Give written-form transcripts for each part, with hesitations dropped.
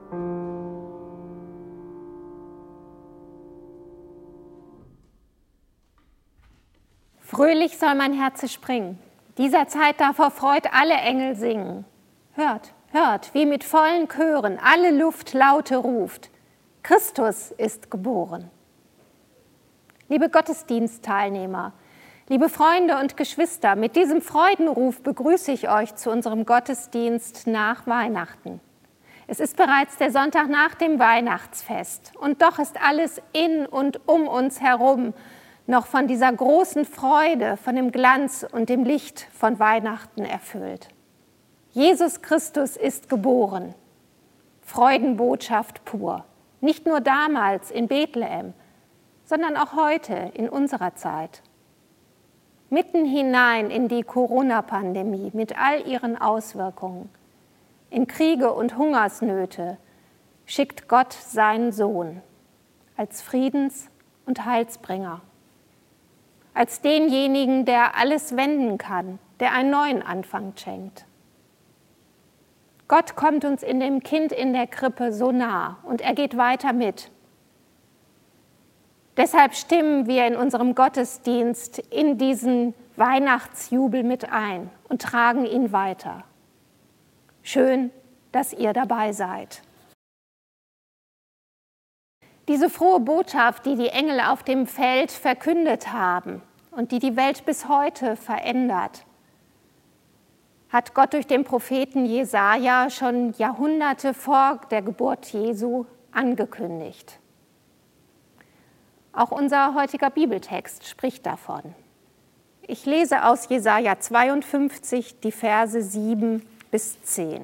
Fröhlich soll mein Herze springen, dieser Zeit da vor Freud alle Engel singen. Hört, hört, wie mit vollen Chören alle Luft Laute ruft, Christus ist geboren. Liebe Gottesdienstteilnehmer, liebe Freunde und Geschwister, mit diesem Freudenruf begrüße ich euch zu unserem Gottesdienst nach Weihnachten. Es ist bereits der Sonntag nach dem Weihnachtsfest und doch ist alles in und um uns herum noch von dieser großen Freude, von dem Glanz und dem Licht von Weihnachten erfüllt. Jesus Christus ist geboren. Freudenbotschaft pur. Nicht nur damals in Bethlehem, sondern auch heute in unserer Zeit. Mitten hinein in die Corona-Pandemie mit all ihren Auswirkungen, in Kriege und Hungersnöte, schickt Gott seinen Sohn als Friedens- und Heilsbringer. Als denjenigen, der alles wenden kann, der einen neuen Anfang schenkt. Gott kommt uns in dem Kind in der Krippe so nah und er geht weiter mit. Deshalb stimmen wir in unserem Gottesdienst in diesen Weihnachtsjubel mit ein und tragen ihn weiter. Schön, dass ihr dabei seid. Diese frohe Botschaft, die die Engel auf dem Feld verkündet haben und die die Welt bis heute verändert, hat Gott durch den Propheten Jesaja schon Jahrhunderte vor der Geburt Jesu angekündigt. Auch unser heutiger Bibeltext spricht davon. Ich lese aus Jesaja 52 die Verse 7 bis 10.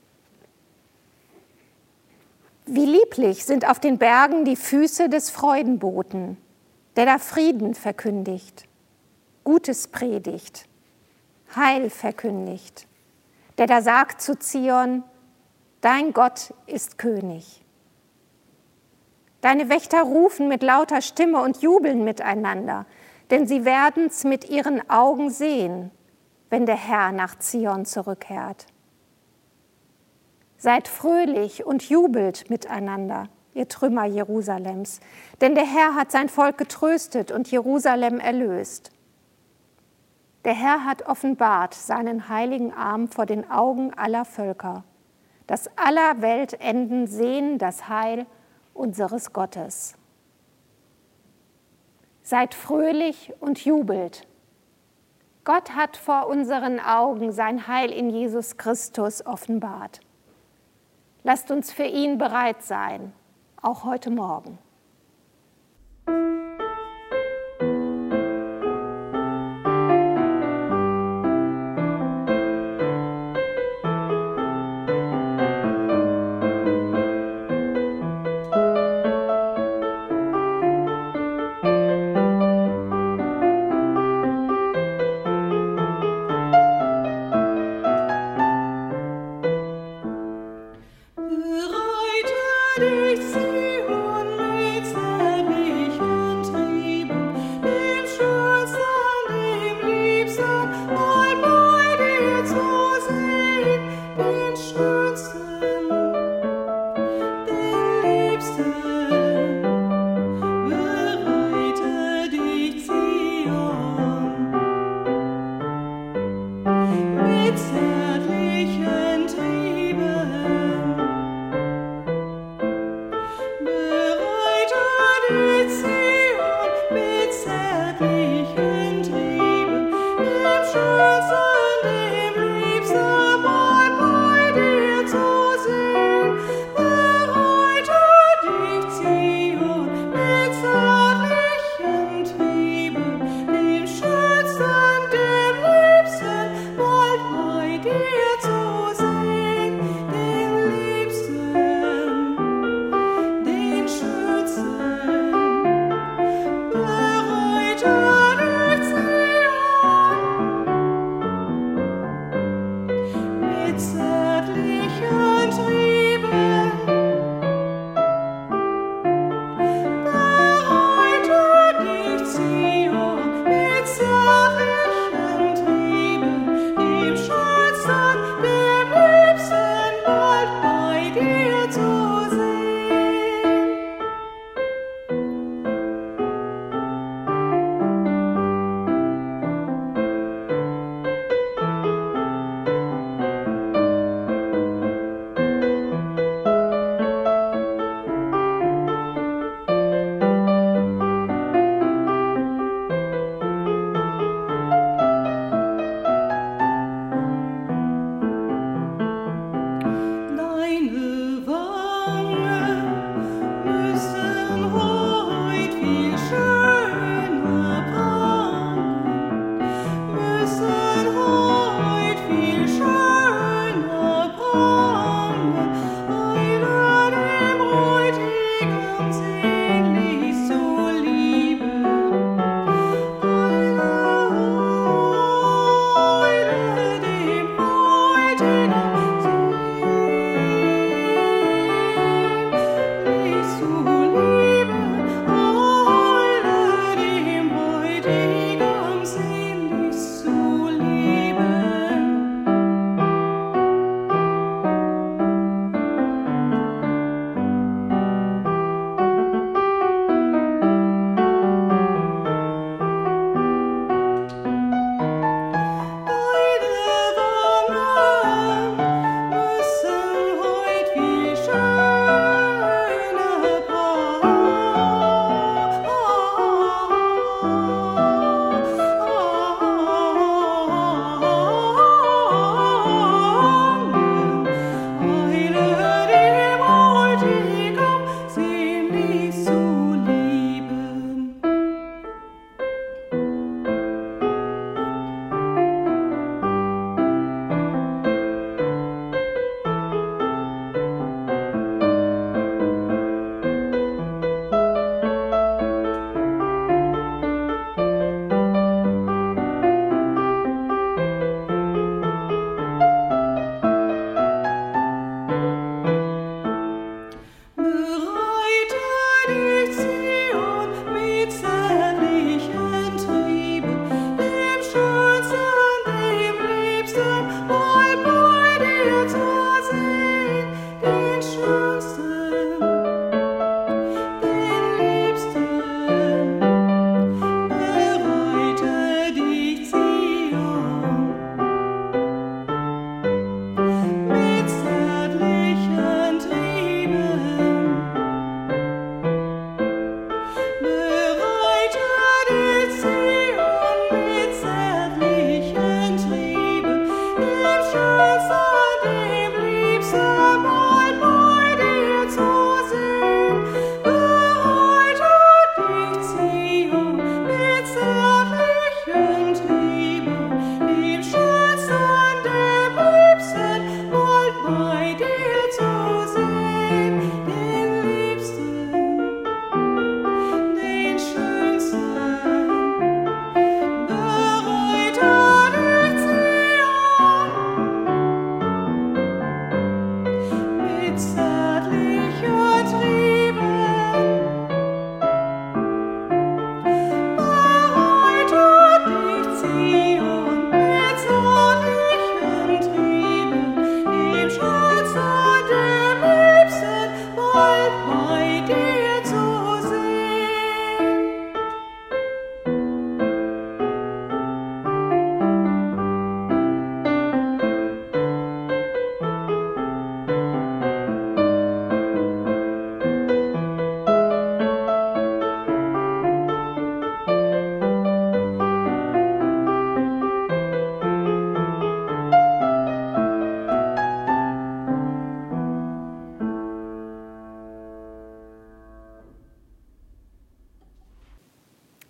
Wie lieblich sind auf den Bergen die Füße des Freudenboten, der da Frieden verkündigt, Gutes predigt, Heil verkündigt, der da sagt zu Zion, dein Gott ist König. Deine Wächter rufen mit lauter Stimme und jubeln miteinander, denn sie werden's mit ihren Augen sehen, wenn der Herr nach Zion zurückkehrt. Seid fröhlich und jubelt miteinander, ihr Trümmer Jerusalems, denn der Herr hat sein Volk getröstet und Jerusalem erlöst. Der Herr hat offenbart seinen heiligen Arm vor den Augen aller Völker, dass aller Weltenden sehen das Heil unseres Gottes. Seid fröhlich und jubelt. Gott hat vor unseren Augen sein Heil in Jesus Christus offenbart. Lasst uns für ihn bereit sein, auch heute Morgen.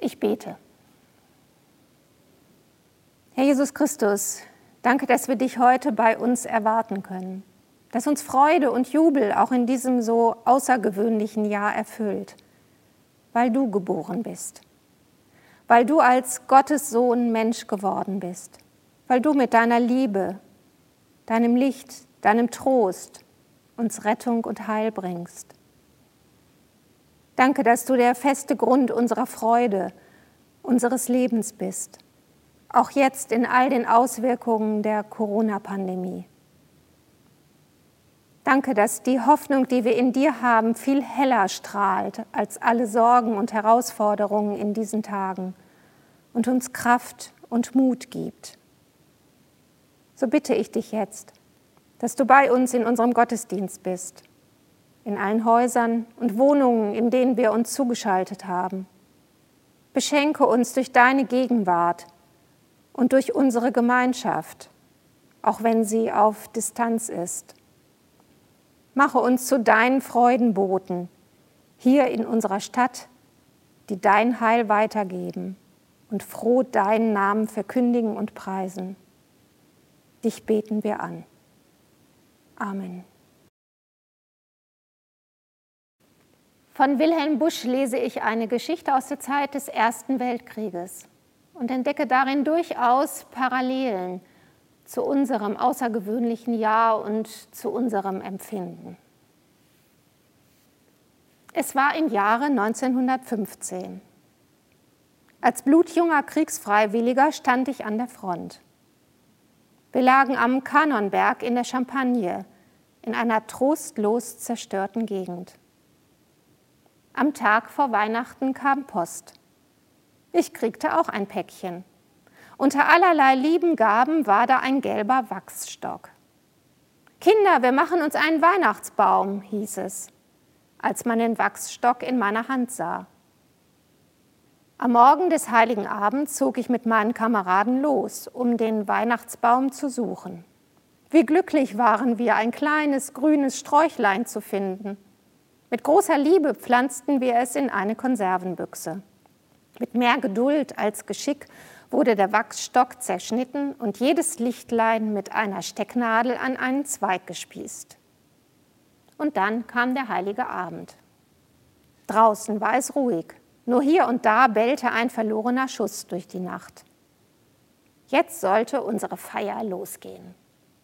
Ich bete. Herr Jesus Christus, danke, dass wir dich heute bei uns erwarten können, dass uns Freude und Jubel auch in diesem so außergewöhnlichen Jahr erfüllt, weil du geboren bist, weil du als Gottes Sohn Mensch geworden bist, weil du mit deiner Liebe, deinem Licht, deinem Trost uns Rettung und Heil bringst. Danke, dass du der feste Grund unserer Freude, unseres Lebens bist, auch jetzt in all den Auswirkungen der Corona-Pandemie. Danke, dass die Hoffnung, die wir in dir haben, viel heller strahlt als alle Sorgen und Herausforderungen in diesen Tagen und uns Kraft und Mut gibt. So bitte ich dich jetzt, dass du bei uns in unserem Gottesdienst bist, in allen Häusern und Wohnungen, in denen wir uns zugeschaltet haben. Beschenke uns durch deine Gegenwart und durch unsere Gemeinschaft, auch wenn sie auf Distanz ist. Mache uns zu deinen Freudenboten hier in unserer Stadt, die dein Heil weitergeben und froh deinen Namen verkündigen und preisen. Dich beten wir an. Amen. Von Wilhelm Busch lese ich eine Geschichte aus der Zeit des Ersten Weltkrieges und entdecke darin durchaus Parallelen zu unserem außergewöhnlichen Jahr und zu unserem Empfinden. Es war im Jahre 1915. Als blutjunger Kriegsfreiwilliger stand ich an der Front. Wir lagen am Kanonberg in der Champagne, in einer trostlos zerstörten Gegend. Am Tag vor Weihnachten kam Post. Ich kriegte auch ein Päckchen. Unter allerlei lieben Gaben war da ein gelber Wachsstock. »Kinder, wir machen uns einen Weihnachtsbaum«, hieß es, als man den Wachsstock in meiner Hand sah. Am Morgen des Heiligen Abends zog ich mit meinen Kameraden los, um den Weihnachtsbaum zu suchen. Wie glücklich waren wir, ein kleines grünes Sträuchlein zu finden. Mit großer Liebe pflanzten wir es in eine Konservenbüchse. Mit mehr Geduld als Geschick wurde der Wachsstock zerschnitten und jedes Lichtlein mit einer Stecknadel an einen Zweig gespießt. Und dann kam der heilige Abend. Draußen war es ruhig, nur hier und da bellte ein verlorener Schuss durch die Nacht. Jetzt sollte unsere Feier losgehen.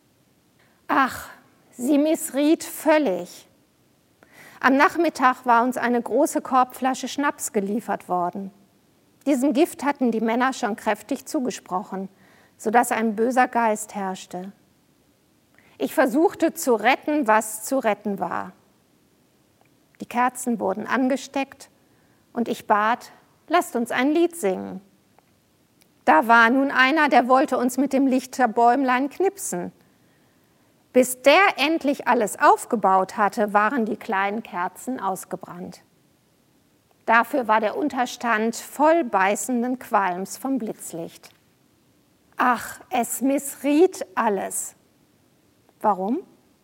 Ach, sie missriet völlig. Am Nachmittag war uns eine große Korbflasche Schnaps geliefert worden. Diesem Gift hatten die Männer schon kräftig zugesprochen, sodass ein böser Geist herrschte. Ich versuchte zu retten, was zu retten war. Die Kerzen wurden angesteckt und ich bat, lasst uns ein Lied singen. Da war nun einer, der wollte uns mit dem Lichterbäumlein knipsen. Bis der endlich alles aufgebaut hatte, waren die kleinen Kerzen ausgebrannt. Dafür war der Unterstand voll beißenden Qualms vom Blitzlicht. Ach, es missriet alles. Warum?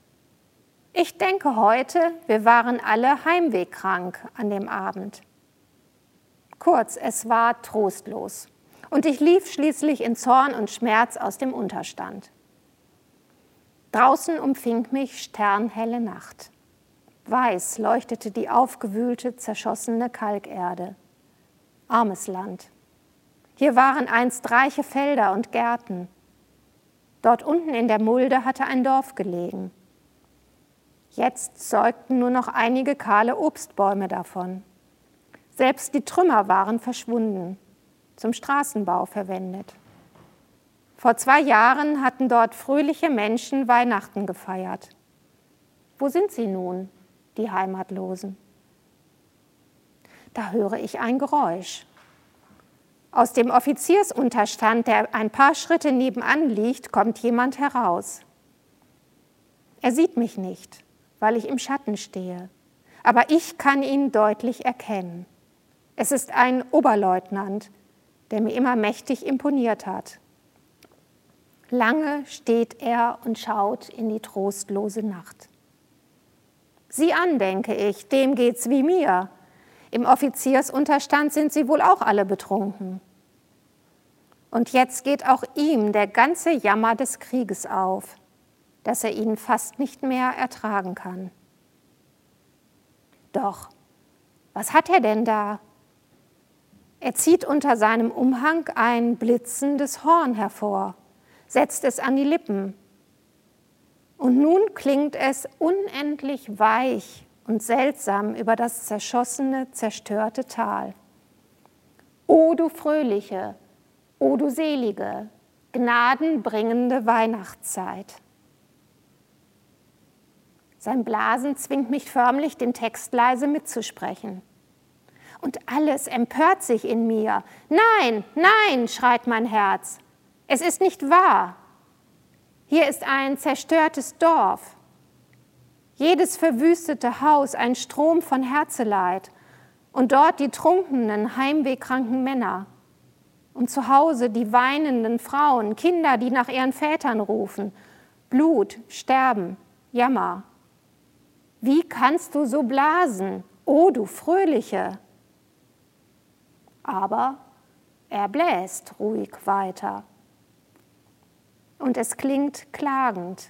Ich denke heute, wir waren alle heimwehkrank an dem Abend. Kurz, es war trostlos und ich lief schließlich in Zorn und Schmerz aus dem Unterstand. Draußen umfing mich sternhelle Nacht. Weiß leuchtete die aufgewühlte, zerschossene Kalkerde. Armes Land. Hier waren einst reiche Felder und Gärten. Dort unten in der Mulde hatte ein Dorf gelegen. Jetzt zeugten nur noch einige kahle Obstbäume davon. Selbst die Trümmer waren verschwunden, zum Straßenbau verwendet. Vor 2 Jahren hatten dort fröhliche Menschen Weihnachten gefeiert. Wo sind sie nun, die Heimatlosen? Da höre ich ein Geräusch. Aus dem Offiziersunterstand, der ein paar Schritte nebenan liegt, kommt jemand heraus. Er sieht mich nicht, weil ich im Schatten stehe, aber ich kann ihn deutlich erkennen. Es ist ein Oberleutnant, der mir immer mächtig imponiert hat. Lange steht er und schaut in die trostlose Nacht. Sieh an, denke ich, dem geht's wie mir. Im Offiziersunterstand sind sie wohl auch alle betrunken. Und jetzt geht auch ihm der ganze Jammer des Krieges auf, dass er ihn fast nicht mehr ertragen kann. Doch, was hat er denn da? Er zieht unter seinem Umhang ein blitzendes Horn hervor, setzt es an die Lippen. Und nun klingt es unendlich weich und seltsam über das zerschossene, zerstörte Tal. O du fröhliche, o du selige, gnadenbringende Weihnachtszeit. Sein Blasen zwingt mich förmlich, den Text leise mitzusprechen. Und alles empört sich in mir. Nein, nein, schreit mein Herz. Es ist nicht wahr. Hier ist ein zerstörtes Dorf. Jedes verwüstete Haus ein Strom von Herzeleid. Und dort die trunkenen, heimwehkranken Männer. Und zu Hause die weinenden Frauen, Kinder, die nach ihren Vätern rufen. Blut, Sterben, Jammer. Wie kannst du so blasen, o du Fröhliche? Aber er bläst ruhig weiter. Und es klingt klagend.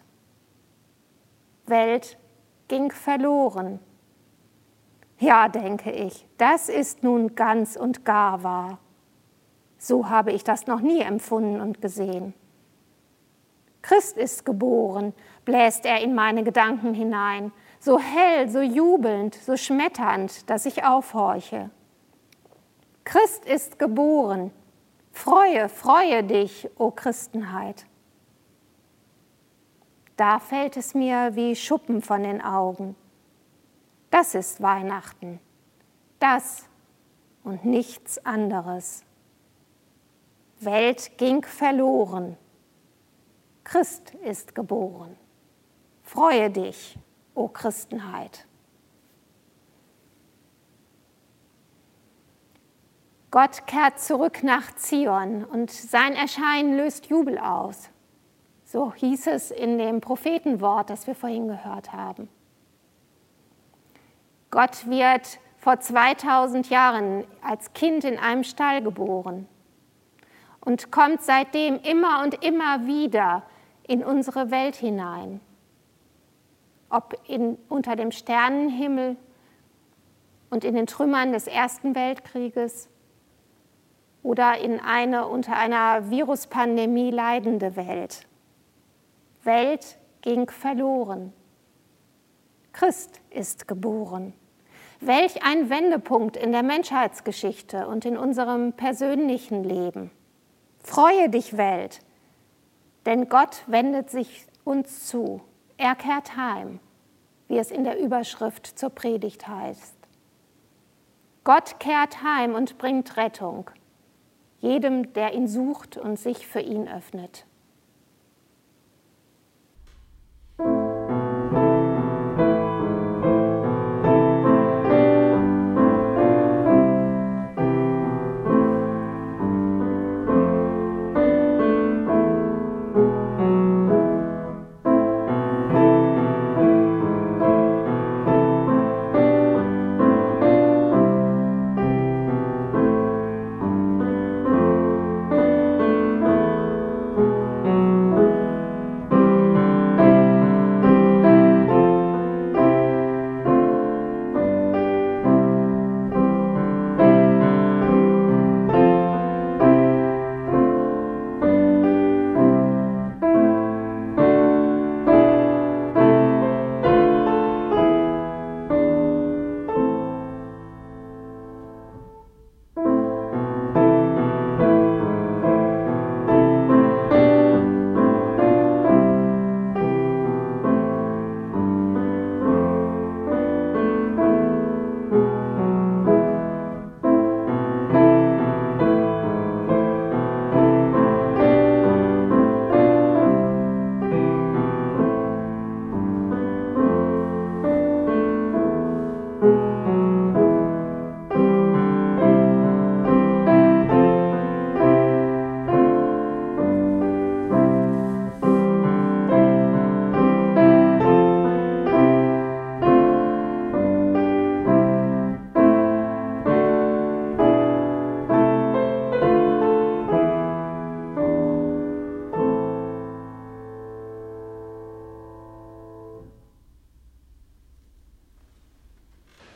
Welt ging verloren. Ja, denke ich, das ist nun ganz und gar wahr. So habe ich das noch nie empfunden und gesehen. Christ ist geboren, bläst er in meine Gedanken hinein, so hell, so jubelnd, so schmetternd, dass ich aufhorche. Christ ist geboren. Freue, freue dich, o Christenheit. Da fällt es mir wie Schuppen von den Augen. Das ist Weihnachten. Das und nichts anderes. Welt ging verloren. Christ ist geboren. Freue dich, o Christenheit. Gott kehrt zurück nach Zion und sein Erscheinen löst Jubel aus. So hieß es in dem Prophetenwort, das wir vorhin gehört haben. Gott wird vor 2000 Jahren als Kind in einem Stall geboren und kommt seitdem immer und immer wieder in unsere Welt hinein. Ob unter dem Sternenhimmel und in den Trümmern des Ersten Weltkrieges oder in eine unter einer Viruspandemie leidende Welt. Welt ging verloren. Christ ist geboren. Welch ein Wendepunkt in der Menschheitsgeschichte und in unserem persönlichen Leben. Freue dich, Welt, denn Gott wendet sich uns zu. Er kehrt heim, wie es in der Überschrift zur Predigt heißt. Gott kehrt heim und bringt Rettung, jedem, der ihn sucht und sich für ihn öffnet.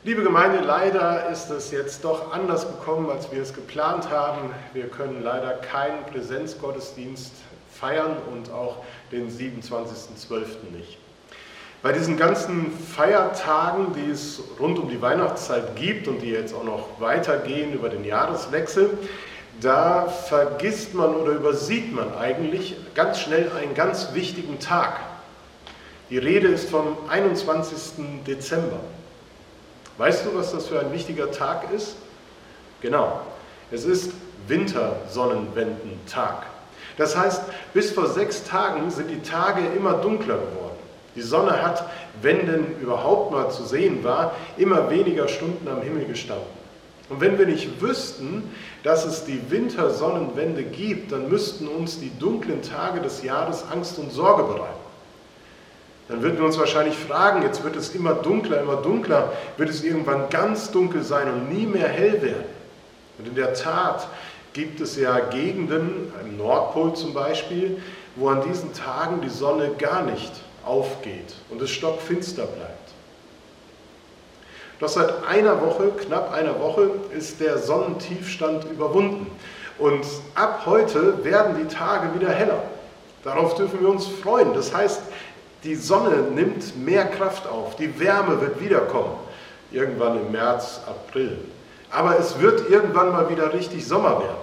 Liebe Gemeinde, leider ist es jetzt doch anders gekommen, als wir es geplant haben. Wir können leider keinen Präsenzgottesdienst feiern und auch den 27.12. nicht. Bei diesen ganzen Feiertagen, die es rund um die Weihnachtszeit gibt und die jetzt auch noch weitergehen über den Jahreswechsel, da vergisst man oder übersieht man eigentlich ganz schnell einen ganz wichtigen Tag. Die Rede ist vom 21. Dezember. Weißt du, was das für ein wichtiger Tag ist? Genau, es ist Wintersonnenwendentag. Das heißt, bis vor 6 Tagen sind die Tage immer dunkler geworden. Die Sonne hat, wenn denn überhaupt mal zu sehen war, immer weniger Stunden am Himmel gestanden. Und wenn wir nicht wüssten, dass es die Wintersonnenwende gibt, dann müssten uns die dunklen Tage des Jahres Angst und Sorge bereiten. Dann würden wir uns wahrscheinlich fragen, jetzt wird es immer dunkler, wird es irgendwann ganz dunkel sein und nie mehr hell werden. Und in der Tat gibt es ja Gegenden, im Nordpol zum Beispiel, wo an diesen Tagen die Sonne gar nicht aufgeht und es stockfinster bleibt. Doch seit knapp einer Woche, ist der Sonnentiefstand überwunden. Und ab heute werden die Tage wieder heller. Darauf dürfen wir uns freuen. Das heißt, die Sonne nimmt mehr Kraft auf, die Wärme wird wiederkommen, irgendwann im März, April. Aber es wird irgendwann mal wieder richtig Sommer werden.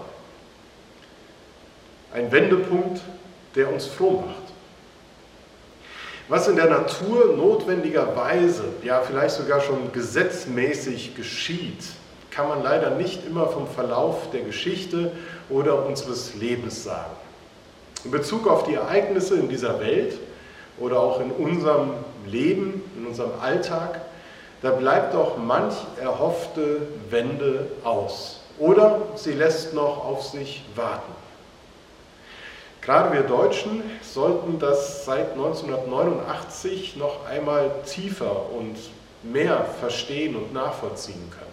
Ein Wendepunkt, der uns froh macht. Was in der Natur notwendigerweise, ja vielleicht sogar schon gesetzmäßig geschieht, kann man leider nicht immer vom Verlauf der Geschichte oder unseres Lebens sagen. In Bezug auf die Ereignisse in dieser Welt oder auch in unserem Leben, in unserem Alltag, da bleibt doch manch erhoffte Wende aus. Oder sie lässt noch auf sich warten. Gerade wir Deutschen sollten das seit 1989 noch einmal tiefer und mehr verstehen und nachvollziehen können.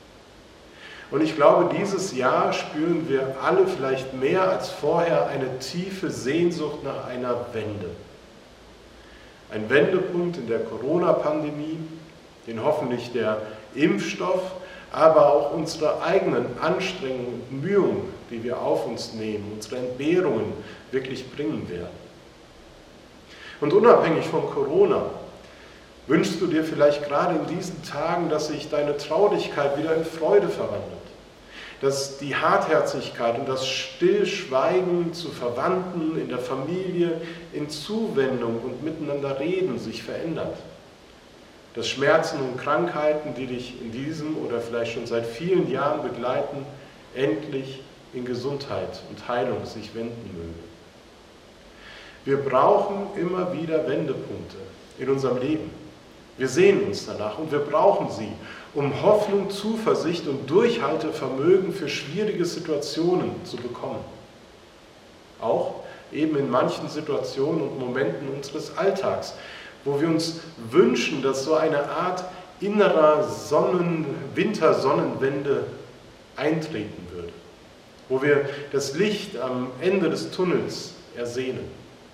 Und ich glaube, dieses Jahr spüren wir alle vielleicht mehr als vorher eine tiefe Sehnsucht nach einer Wende. Ein Wendepunkt in der Corona-Pandemie, den hoffentlich der Impfstoff, aber auch unsere eigenen Anstrengungen und Mühungen, die wir auf uns nehmen, unsere Entbehrungen wirklich bringen werden. Und unabhängig von Corona, wünschst du dir vielleicht gerade in diesen Tagen, dass sich deine Traurigkeit wieder in Freude verwandelt, dass die Hartherzigkeit und das Stillschweigen zu Verwandten in der Familie in Zuwendung und miteinander reden sich verändert. Dass Schmerzen und Krankheiten, die dich in diesem oder vielleicht schon seit vielen Jahren begleiten, endlich in Gesundheit und Heilung sich wenden mögen. Wir brauchen immer wieder Wendepunkte in unserem Leben. Wir sehnen uns danach und wir brauchen sie, um Hoffnung, Zuversicht und Durchhaltevermögen für schwierige Situationen zu bekommen. Auch eben in manchen Situationen und Momenten unseres Alltags, wo wir uns wünschen, dass so eine Art innerer Wintersonnenwende eintreten würde, wo wir das Licht am Ende des Tunnels ersehnen.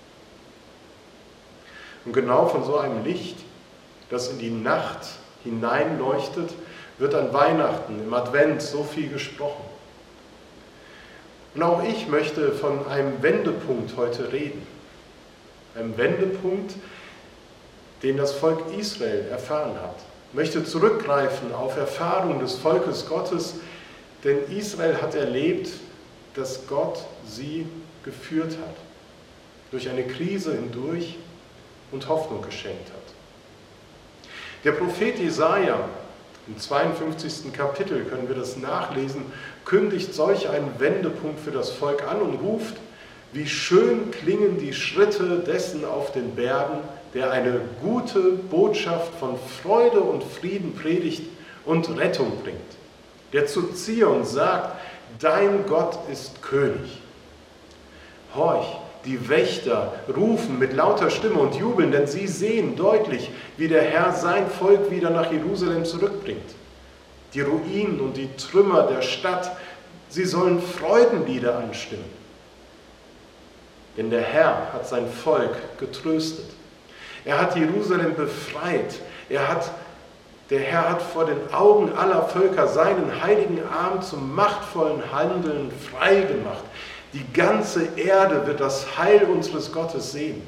Und genau von so einem Licht, das in die Nacht hineinleuchtet, wird an Weihnachten, im Advent so viel gesprochen. Und auch ich möchte von einem Wendepunkt heute reden. Einem Wendepunkt, den das Volk Israel erfahren hat. Ich möchte zurückgreifen auf Erfahrungen des Volkes Gottes, denn Israel hat erlebt, dass Gott sie geführt hat, durch eine Krise hindurch und Hoffnung geschenkt hat. Der Prophet Jesaja, im 52. Kapitel können wir das nachlesen, kündigt solch einen Wendepunkt für das Volk an und ruft: Wie schön klingen die Schritte dessen auf den Bergen, der eine gute Botschaft von Freude und Frieden predigt und Rettung bringt. Der zu Zion sagt: Dein Gott ist König. Horch, die Wächter rufen mit lauter Stimme und jubeln, denn sie sehen deutlich, wie der Herr sein Volk wieder nach Jerusalem zurückbringt. Die Ruinen und die Trümmer der Stadt, sie sollen Freudenlieder anstimmen. Denn der Herr hat sein Volk getröstet. Er hat Jerusalem befreit. Er hat Der Herr hat vor den Augen aller Völker seinen heiligen Arm zum machtvollen Handeln frei gemacht. Die ganze Erde wird das Heil unseres Gottes sehen.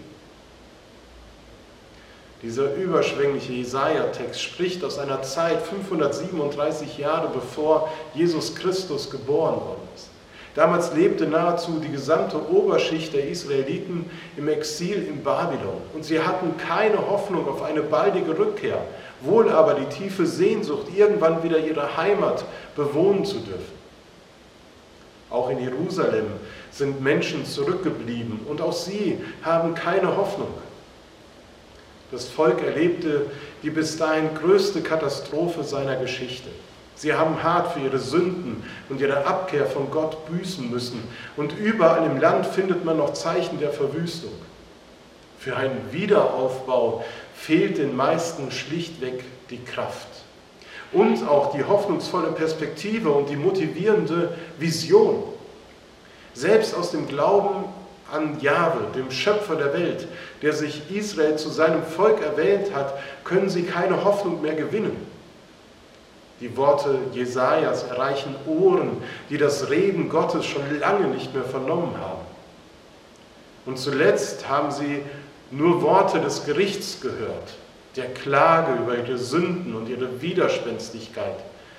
Dieser überschwängliche Jesaja-Text spricht aus einer Zeit 537 Jahre bevor Jesus Christus geboren worden ist. Damals lebte nahezu die gesamte Oberschicht der Israeliten im Exil in Babylon und sie hatten keine Hoffnung auf eine baldige Rückkehr, wohl aber die tiefe Sehnsucht, irgendwann wieder ihre Heimat bewohnen zu dürfen. Auch in Jerusalem sind Menschen zurückgeblieben und auch sie haben keine Hoffnung. Das Volk erlebte die bis dahin größte Katastrophe seiner Geschichte. Sie haben hart für ihre Sünden und ihre Abkehr von Gott büßen müssen. Und überall im Land findet man noch Zeichen der Verwüstung. Für einen Wiederaufbau fehlt den meisten schlichtweg die Kraft. Und auch die hoffnungsvolle Perspektive und die motivierende Vision. Selbst aus dem Glauben an Jahwe, dem Schöpfer der Welt, der sich Israel zu seinem Volk erwählt hat, können sie keine Hoffnung mehr gewinnen. Die Worte Jesajas erreichen Ohren, die das Reden Gottes schon lange nicht mehr vernommen haben. Und zuletzt haben sie nur Worte des Gerichts gehört, der Klage über ihre Sünden und ihre Widerspenstigkeit.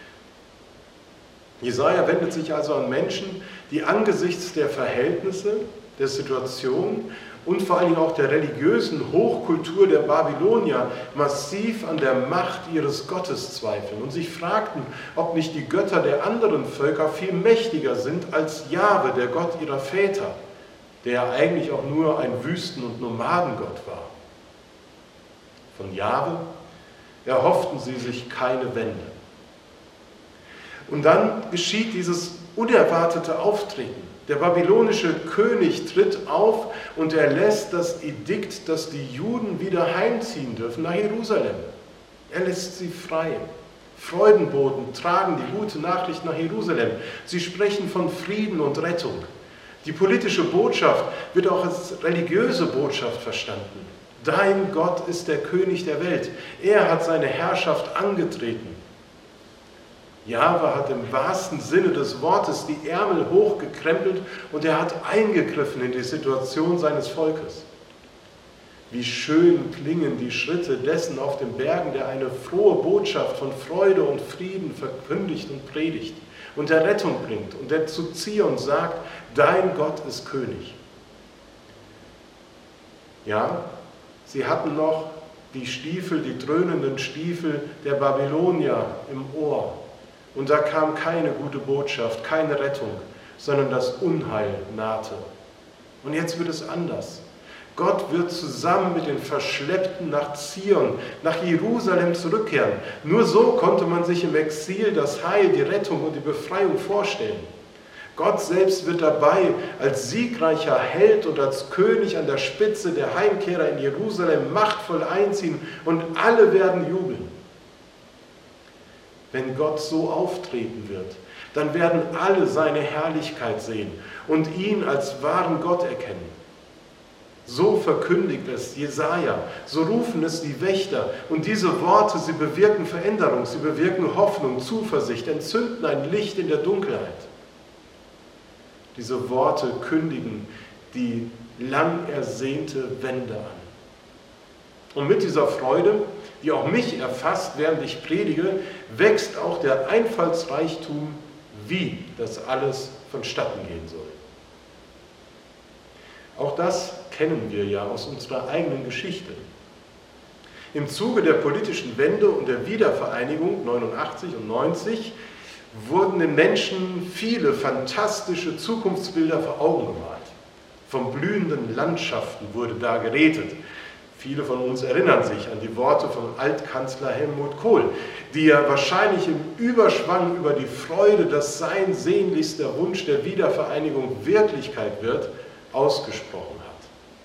Jesaja wendet sich also an Menschen, die angesichts der Verhältnisse, der Situation und vor allen Dingen auch der religiösen Hochkultur der Babylonier massiv an der Macht ihres Gottes zweifeln und sich fragten, ob nicht die Götter der anderen Völker viel mächtiger sind als Jahwe, der Gott ihrer Väter, der ja eigentlich auch nur ein Wüsten- und Nomadengott war. Von Jahwe erhofften sie sich keine Wende. Und dann geschieht dieses unerwartete Auftreten. Der babylonische König tritt auf und erlässt das Edikt, dass die Juden wieder heimziehen dürfen nach Jerusalem. Er lässt sie frei. Freudenboten tragen die gute Nachricht nach Jerusalem. Sie sprechen von Frieden und Rettung. Die politische Botschaft wird auch als religiöse Botschaft verstanden. Dein Gott ist der König der Welt. Er hat seine Herrschaft angetreten. Jahwe hat im wahrsten Sinne des Wortes die Ärmel hochgekrempelt und er hat eingegriffen in die Situation seines Volkes. Wie schön klingen die Schritte dessen auf den Bergen, der eine frohe Botschaft von Freude und Frieden verkündigt und predigt und der Rettung bringt und der zu Zion sagt, dein Gott ist König. Ja, sie hatten noch die Stiefel, die dröhnenden Stiefel der Babylonier im Ohr. Und da kam keine gute Botschaft, keine Rettung, sondern das Unheil nahte. Und jetzt wird es anders. Gott wird zusammen mit den Verschleppten nach Zion, nach Jerusalem zurückkehren. Nur so konnte man sich im Exil das Heil, die Rettung und die Befreiung vorstellen. Gott selbst wird dabei als siegreicher Held und als König an der Spitze der Heimkehrer in Jerusalem machtvoll einziehen und alle werden jubeln. Wenn Gott so auftreten wird, dann werden alle seine Herrlichkeit sehen und ihn als wahren Gott erkennen. So verkündigt es Jesaja, so rufen es die Wächter und diese Worte, sie bewirken Veränderung, sie bewirken Hoffnung, Zuversicht, entzünden ein Licht in der Dunkelheit. Diese Worte kündigen die lang ersehnte Wende an. Und mit dieser Freude, die auch mich erfasst, während ich predige, wächst auch der Einfallsreichtum, wie das alles vonstatten gehen soll. Auch das kennen wir ja aus unserer eigenen Geschichte. Im Zuge der politischen Wende und der Wiedervereinigung 89 und 90 wurden den Menschen viele fantastische Zukunftsbilder vor Augen gemalt. Von blühenden Landschaften wurde da geredet. Viele von uns erinnern sich an die Worte von Altkanzler Helmut Kohl, die er wahrscheinlich im Überschwang über die Freude, dass sein sehnlichster Wunsch der Wiedervereinigung Wirklichkeit wird, ausgesprochen hat.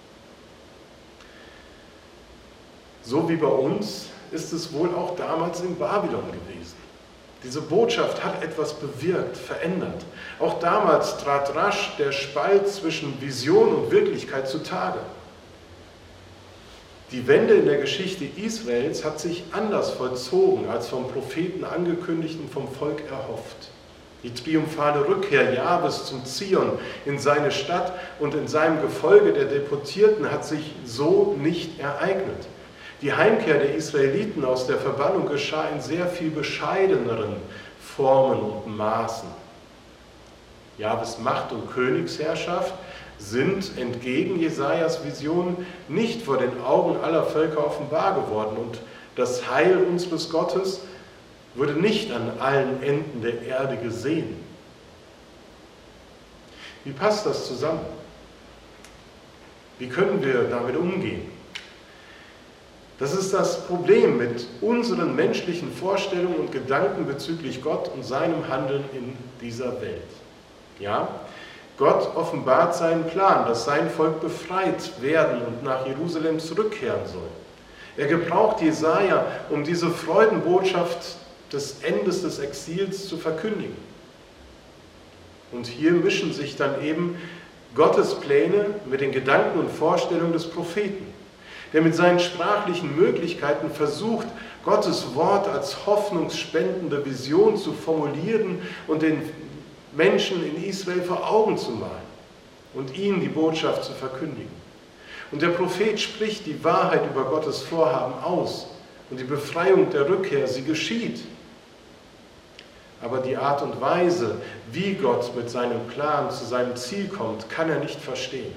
So wie bei uns ist es wohl auch damals in Babylon gewesen. Diese Botschaft hat etwas bewirkt, verändert. Auch damals trat rasch der Spalt zwischen Vision und Wirklichkeit zutage. Die Wende in der Geschichte Israels hat sich anders vollzogen, als vom Propheten angekündigt und vom Volk erhofft. Die triumphale Rückkehr Jahwes zum Zion in seine Stadt und in seinem Gefolge der Deportierten hat sich so nicht ereignet. Die Heimkehr der Israeliten aus der Verbannung geschah in sehr viel bescheideneren Formen und Maßen. Jahwes Macht und Königsherrschaft sind entgegen Jesajas Vision nicht vor den Augen aller Völker offenbar geworden und das Heil unseres Gottes wurde nicht an allen Enden der Erde gesehen. Wie passt das zusammen? Wie können wir damit umgehen? Das ist das Problem mit unseren menschlichen Vorstellungen und Gedanken bezüglich Gott und seinem Handeln in dieser Welt. Ja, Gott offenbart seinen Plan, dass sein Volk befreit werden und nach Jerusalem zurückkehren soll. Er gebraucht Jesaja, um diese Freudenbotschaft des Endes des Exils zu verkündigen. Und hier mischen sich dann eben Gottes Pläne mit den Gedanken und Vorstellungen des Propheten, der mit seinen sprachlichen Möglichkeiten versucht, Gottes Wort als hoffnungsspendende Vision zu formulieren und den Menschen in Israel vor Augen zu malen und ihnen die Botschaft zu verkündigen. Und der Prophet spricht die Wahrheit über Gottes Vorhaben aus und die Befreiung der Rückkehr, sie geschieht. Aber die Art und Weise, wie Gott mit seinem Plan zu seinem Ziel kommt, kann er nicht verstehen.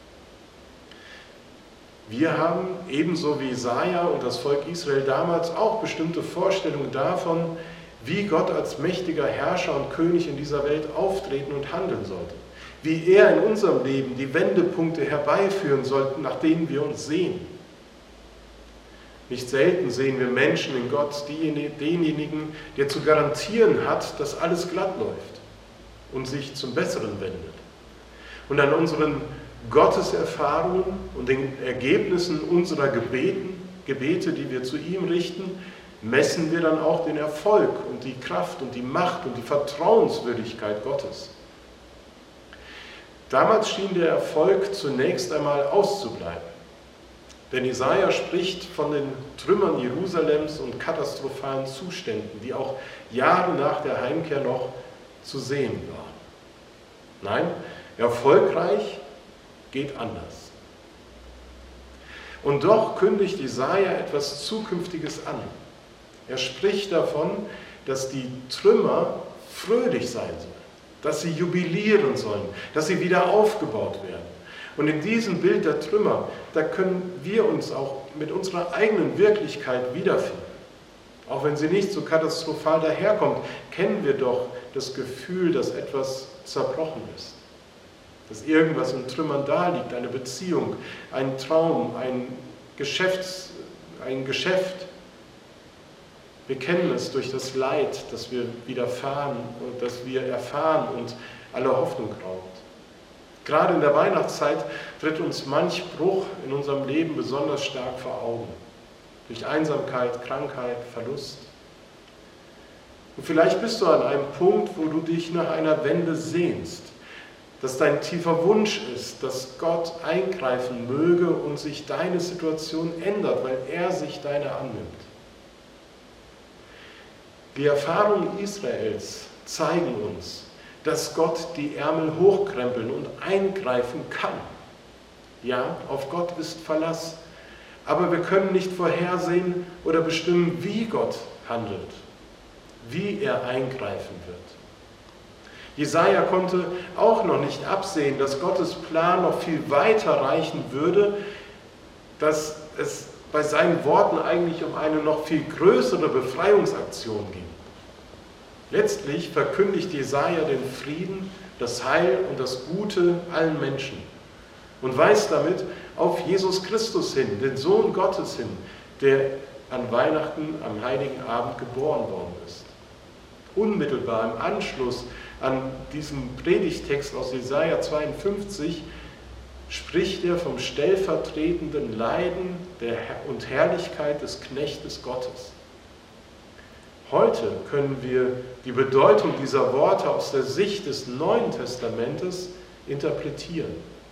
Wir haben ebenso wie Jesaja und das Volk Israel damals auch bestimmte Vorstellungen davon, wie Gott als mächtiger Herrscher und König in dieser Welt auftreten und handeln sollte. Wie er in unserem Leben die Wendepunkte herbeiführen sollte, nach denen wir uns sehen. Nicht selten sehen wir Menschen in Gott, denjenigen, der zu garantieren hat, dass alles glatt läuft und sich zum Besseren wendet. Und an unseren Gotteserfahrungen und den Ergebnissen unserer Gebete, die wir zu ihm richten, messen wir dann auch den Erfolg und die Kraft und die Macht und die Vertrauenswürdigkeit Gottes. Damals schien der Erfolg zunächst einmal auszubleiben. Denn Jesaja spricht von den Trümmern Jerusalems und katastrophalen Zuständen, die auch Jahre nach der Heimkehr noch zu sehen waren. Nein, erfolgreich geht anders. Und doch kündigt Jesaja etwas Zukünftiges an. Er spricht davon, dass die Trümmer fröhlich sein sollen, dass sie jubilieren sollen, dass sie wieder aufgebaut werden. Und in diesem Bild der Trümmer, da können wir uns auch mit unserer eigenen Wirklichkeit wiederfinden. Auch wenn sie nicht so katastrophal daherkommt, kennen wir doch das Gefühl, dass etwas zerbrochen ist. Dass irgendwas in Trümmern daliegt, eine Beziehung, ein Traum, ein Geschäft. Wir kennen es durch das Leid, das wir widerfahren und das wir erfahren und alle Hoffnung raubt. Gerade in der Weihnachtszeit tritt uns manch Bruch in unserem Leben besonders stark vor Augen. Durch Einsamkeit, Krankheit, Verlust. Und vielleicht bist du an einem Punkt, wo du dich nach einer Wende sehnst. Dass dein tiefer Wunsch ist, dass Gott eingreifen möge und sich deine Situation ändert, weil er sich deiner annimmt. Die Erfahrungen Israels zeigen uns, dass Gott die Ärmel hochkrempeln und eingreifen kann. Ja, auf Gott ist Verlass. Aber wir können nicht vorhersehen oder bestimmen, wie Gott handelt, wie er eingreifen wird. Jesaja konnte auch noch nicht absehen, dass Gottes Plan noch viel weiter reichen würde, dass es bei seinen Worten eigentlich um eine noch viel größere Befreiungsaktion ging. Letztlich verkündigt Jesaja den Frieden, das Heil und das Gute allen Menschen und weist damit auf Jesus Christus hin, den Sohn Gottes hin, der an Weihnachten, am Heiligen Abend geboren worden ist. Unmittelbar im Anschluss an diesen Predigtext aus Jesaja 52 spricht er vom stellvertretenden Leiden und Herrlichkeit des Knechtes Gottes. Heute können wir die Bedeutung dieser Worte aus der Sicht des Neuen Testamentes interpretieren.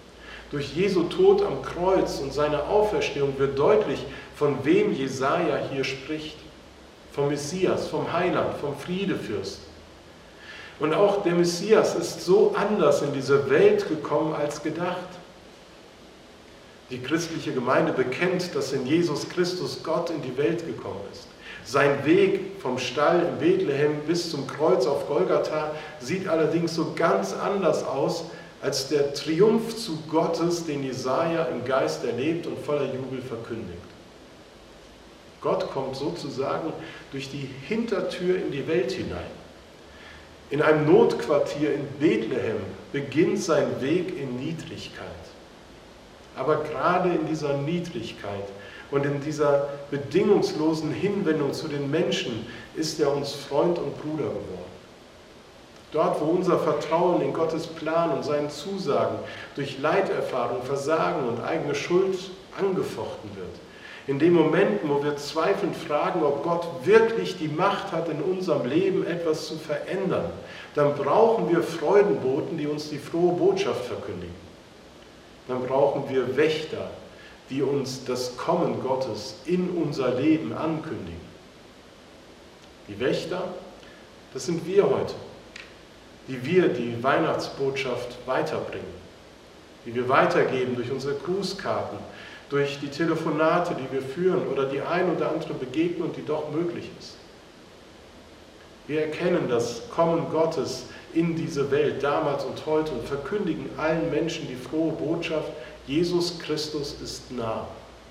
Durch Jesu Tod am Kreuz und seine Auferstehung wird deutlich, von wem Jesaja hier spricht. Vom Messias, vom Heiland, vom Friedefürst. Und auch der Messias ist so anders in diese Welt gekommen als gedacht. Die christliche Gemeinde bekennt, dass in Jesus Christus Gott in die Welt gekommen ist. Sein Weg vom Stall in Bethlehem bis zum Kreuz auf Golgatha sieht allerdings so ganz anders aus als der Triumphzug Gottes, den Jesaja im Geist erlebt und voller Jubel verkündigt. Gott kommt sozusagen durch die Hintertür in die Welt hinein. In einem Notquartier in Bethlehem beginnt sein Weg in Niedrigkeit. Aber gerade in dieser Niedrigkeit und in dieser bedingungslosen Hinwendung zu den Menschen ist er uns Freund und Bruder geworden. Dort, wo unser Vertrauen in Gottes Plan und seinen Zusagen durch Leiterfahrung, Versagen und eigene Schuld angefochten wird. In den Momenten, wo wir zweifelnd fragen, ob Gott wirklich die Macht hat, in unserem Leben etwas zu verändern, dann brauchen wir Freudenboten, die uns die frohe Botschaft verkündigen. Dann brauchen wir Wächter, die uns das Kommen Gottes in unser Leben ankündigen. Die Wächter, das sind wir heute, die Weihnachtsbotschaft weiterbringen, die wir weitergeben durch unsere Grußkarten, durch die Telefonate, die wir führen oder die ein oder andere Begegnung, die doch möglich ist. Wir erkennen das Kommen Gottes in diese Welt damals und heute und verkündigen allen Menschen die frohe Botschaft, Jesus Christus ist nah.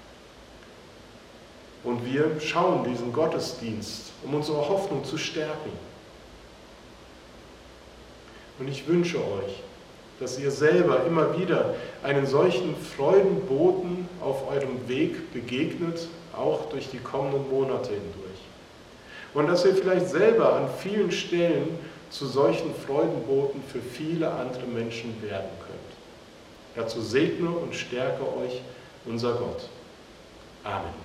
Und wir schauen diesen Gottesdienst, um unsere Hoffnung zu stärken. Und ich wünsche euch, dass ihr selber immer wieder einen solchen Freudenboten auf eurem Weg begegnet, auch durch die kommenden Monate hindurch. Und dass ihr vielleicht selber an vielen Stellen zu solchen Freudenboten für viele andere Menschen werden könnt. Dazu segne und stärke euch unser Gott. Amen.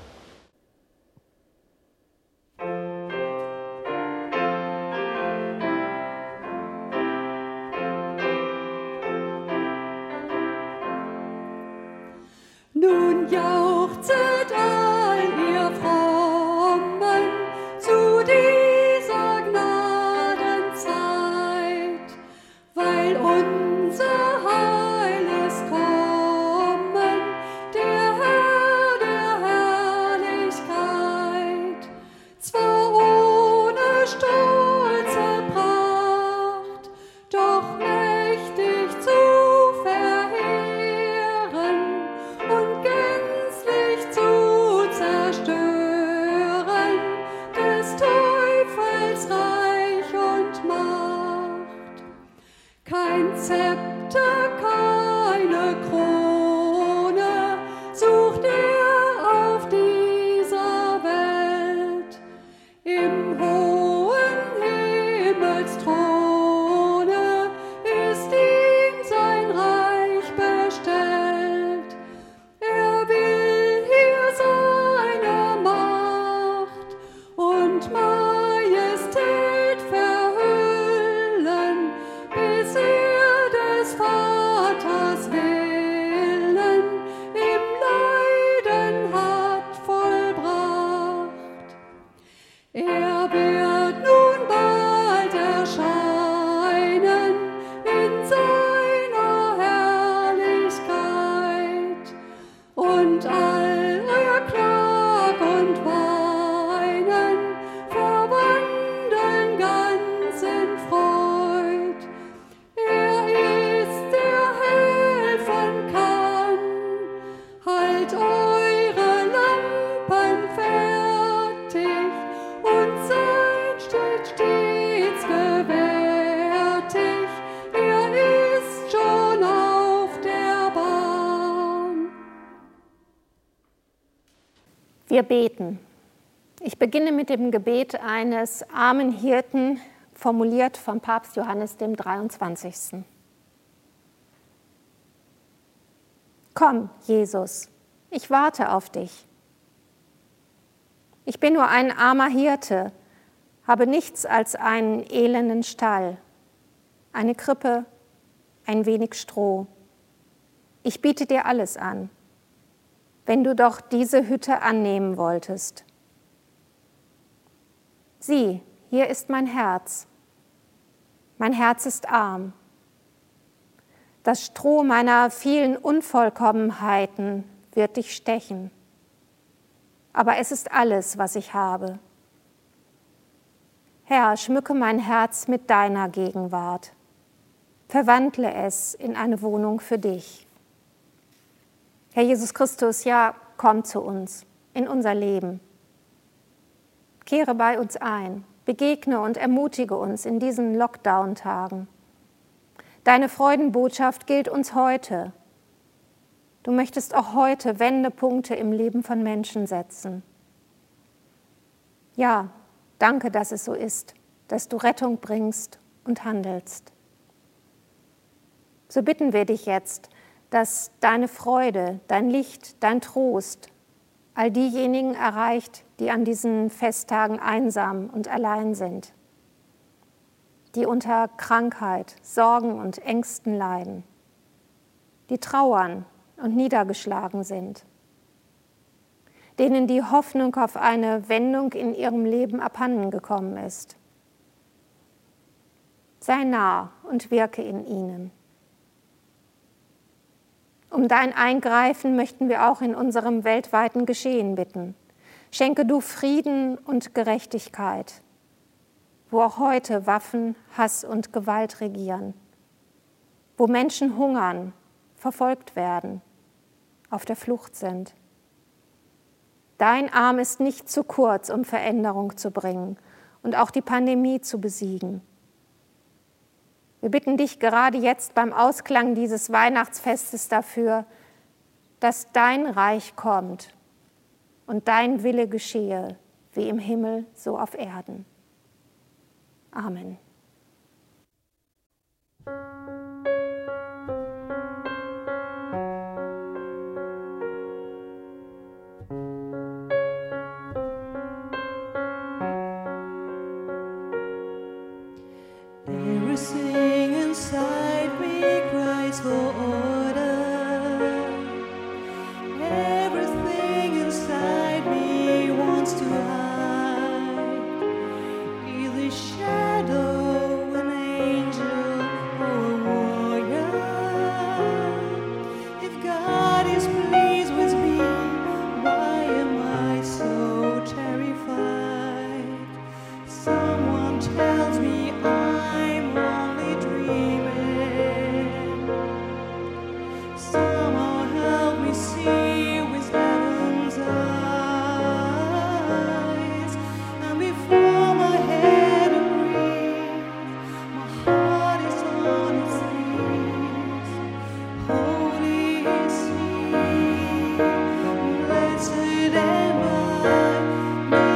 Nun jauchzet all ihr Frommen zu dieser Gnadenzeit, weil unser Heil ist kommen, der Herr der Herrlichkeit, zwar ohne stolze Pracht, doch mächtig zu verheeren und gänzlich zu zerstören des Teufels Reich und Macht. Kein Zepter, keine Krone sucht er auf dieser Welt. Im hohen Himmelsthrone ist ihm sein Reich bestellt. Er will hier seine Macht und Majestät verhüllen, bis er des Vaters Willen im Leiden hat vollbracht. Er wird nun bald erscheinen in seiner Herrlichkeit und all euer Klag und Weinen verwandeln ganz in Freud. Er ist, der helfen kann, halt eure Lampen fertig und seid stets gewärtig. Er ist schon auf der Bahn. Wir beten. Ich beginne mit dem Gebet eines armen Hirten, formuliert vom Papst Johannes dem 23. Komm, Jesus, ich warte auf dich. Ich bin nur ein armer Hirte, habe nichts als einen elenden Stall, eine Krippe, ein wenig Stroh. ich biete dir alles an, wenn du doch diese Hütte annehmen wolltest. Sieh, hier ist mein Herz. Mein Herz ist arm. Das Stroh meiner vielen Unvollkommenheiten wird dich stechen. Aber es ist alles, was ich habe. Herr, schmücke mein Herz mit deiner Gegenwart. Verwandle es in eine Wohnung für dich. Herr Jesus Christus, ja, komm zu uns, in unser Leben. Kehre bei uns ein, begegne und ermutige uns in diesen Lockdown-Tagen. Deine Freudenbotschaft gilt uns heute. Du möchtest auch heute Wendepunkte im Leben von Menschen setzen. Ja, danke, dass es so ist, dass du Rettung bringst und handelst. So bitten wir dich jetzt, dass deine Freude, dein Licht, dein Trost all diejenigen erreicht, die an diesen Festtagen einsam und allein sind, die unter Krankheit, Sorgen und Ängsten leiden, die trauern und niedergeschlagen sind, denen die Hoffnung auf eine Wendung in ihrem Leben abhanden gekommen ist. Sei nah und wirke in ihnen. Um dein Eingreifen möchten wir auch in unserem weltweiten Geschehen bitten. Schenke du Frieden und Gerechtigkeit, wo auch heute Waffen, Hass und Gewalt regieren, wo Menschen hungern, verfolgt werden, auf der Flucht sind. Dein Arm ist nicht zu kurz, um Veränderung zu bringen und auch die Pandemie zu besiegen. Wir bitten dich gerade jetzt beim Ausklang dieses Weihnachtsfestes dafür, dass dein Reich kommt und dein Wille geschehe, wie im Himmel, so auf Erden. Amen. Everything inside me cries for order. Everything inside me wants to hide. Either shadow, an angel, or a warrior. If God is pleased with me, why am I so terrified? Someone tells me I'm only dreaming. Somehow help me see with heaven's eyes. And before my head agrees, my heart is on its knees. Holy is He, blessed am I, be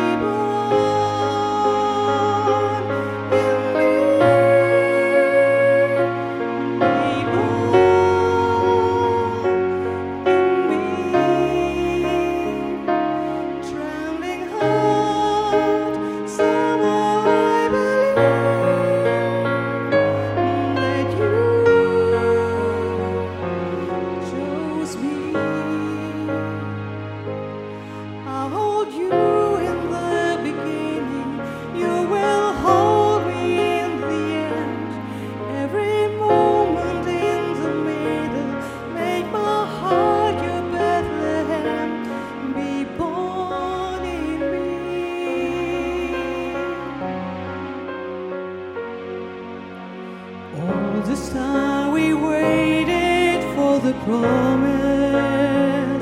born in me, be born in me. Trembling heart, somehow I believe that you chose me. I'll hold you in the beginning, you will hold me in the end. Every moment in the middle, make my heart your Bethlehem. Be born in me. All this time we waited for the promise.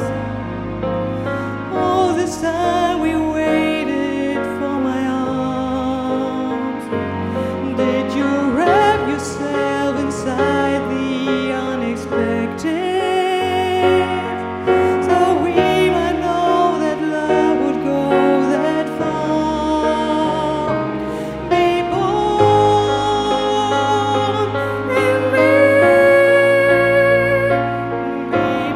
All this time we waited for my arms. Did you wrap yourself inside the unexpected? So we might know that love would go that far. Be born in me. Be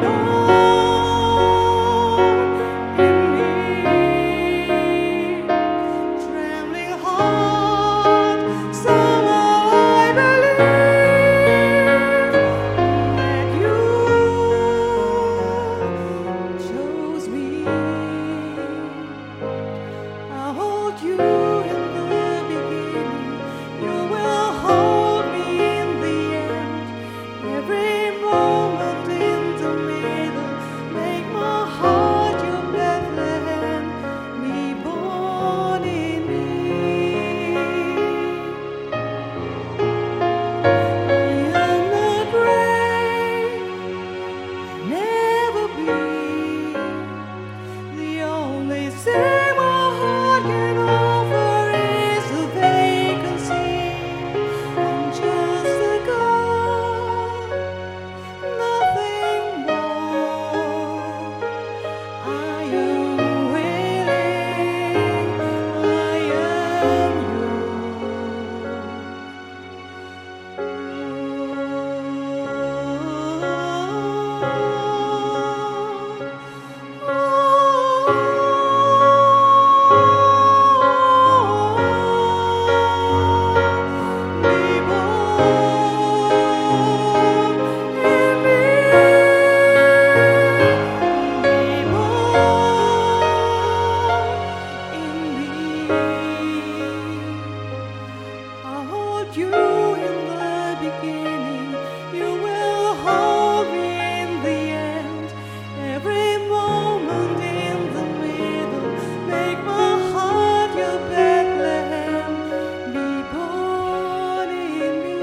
held you in the beginning, you will hold me in the end. Every moment in the middle, make my heart your Bethlehem, be born in me.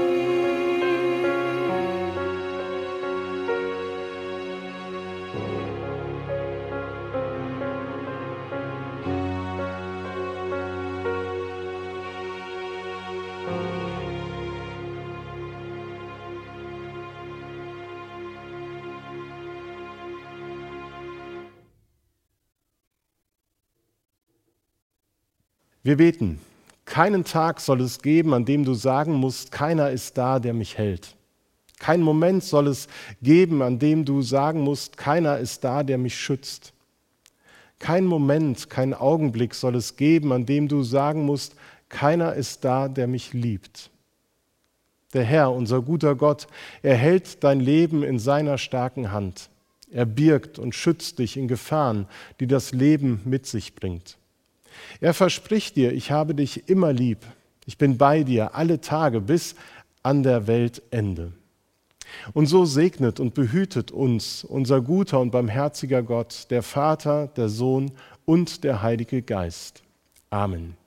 Wir beten. Keinen Tag soll es geben, an dem du sagen musst, keiner ist da, der mich hält. Keinen Moment soll es geben, an dem du sagen musst, keiner ist da, der mich schützt. Kein Moment, kein Augenblick soll es geben, an dem du sagen musst, keiner ist da, der mich liebt. Der Herr, unser guter Gott, er hält dein Leben in seiner starken Hand. Er birgt und schützt dich in Gefahren, die das Leben mit sich bringt. Er verspricht dir, ich habe dich immer lieb. Ich bin bei dir alle Tage bis an der Weltende. Und so segnet und behütet uns unser guter und barmherziger Gott, der Vater, der Sohn und der Heilige Geist. Amen.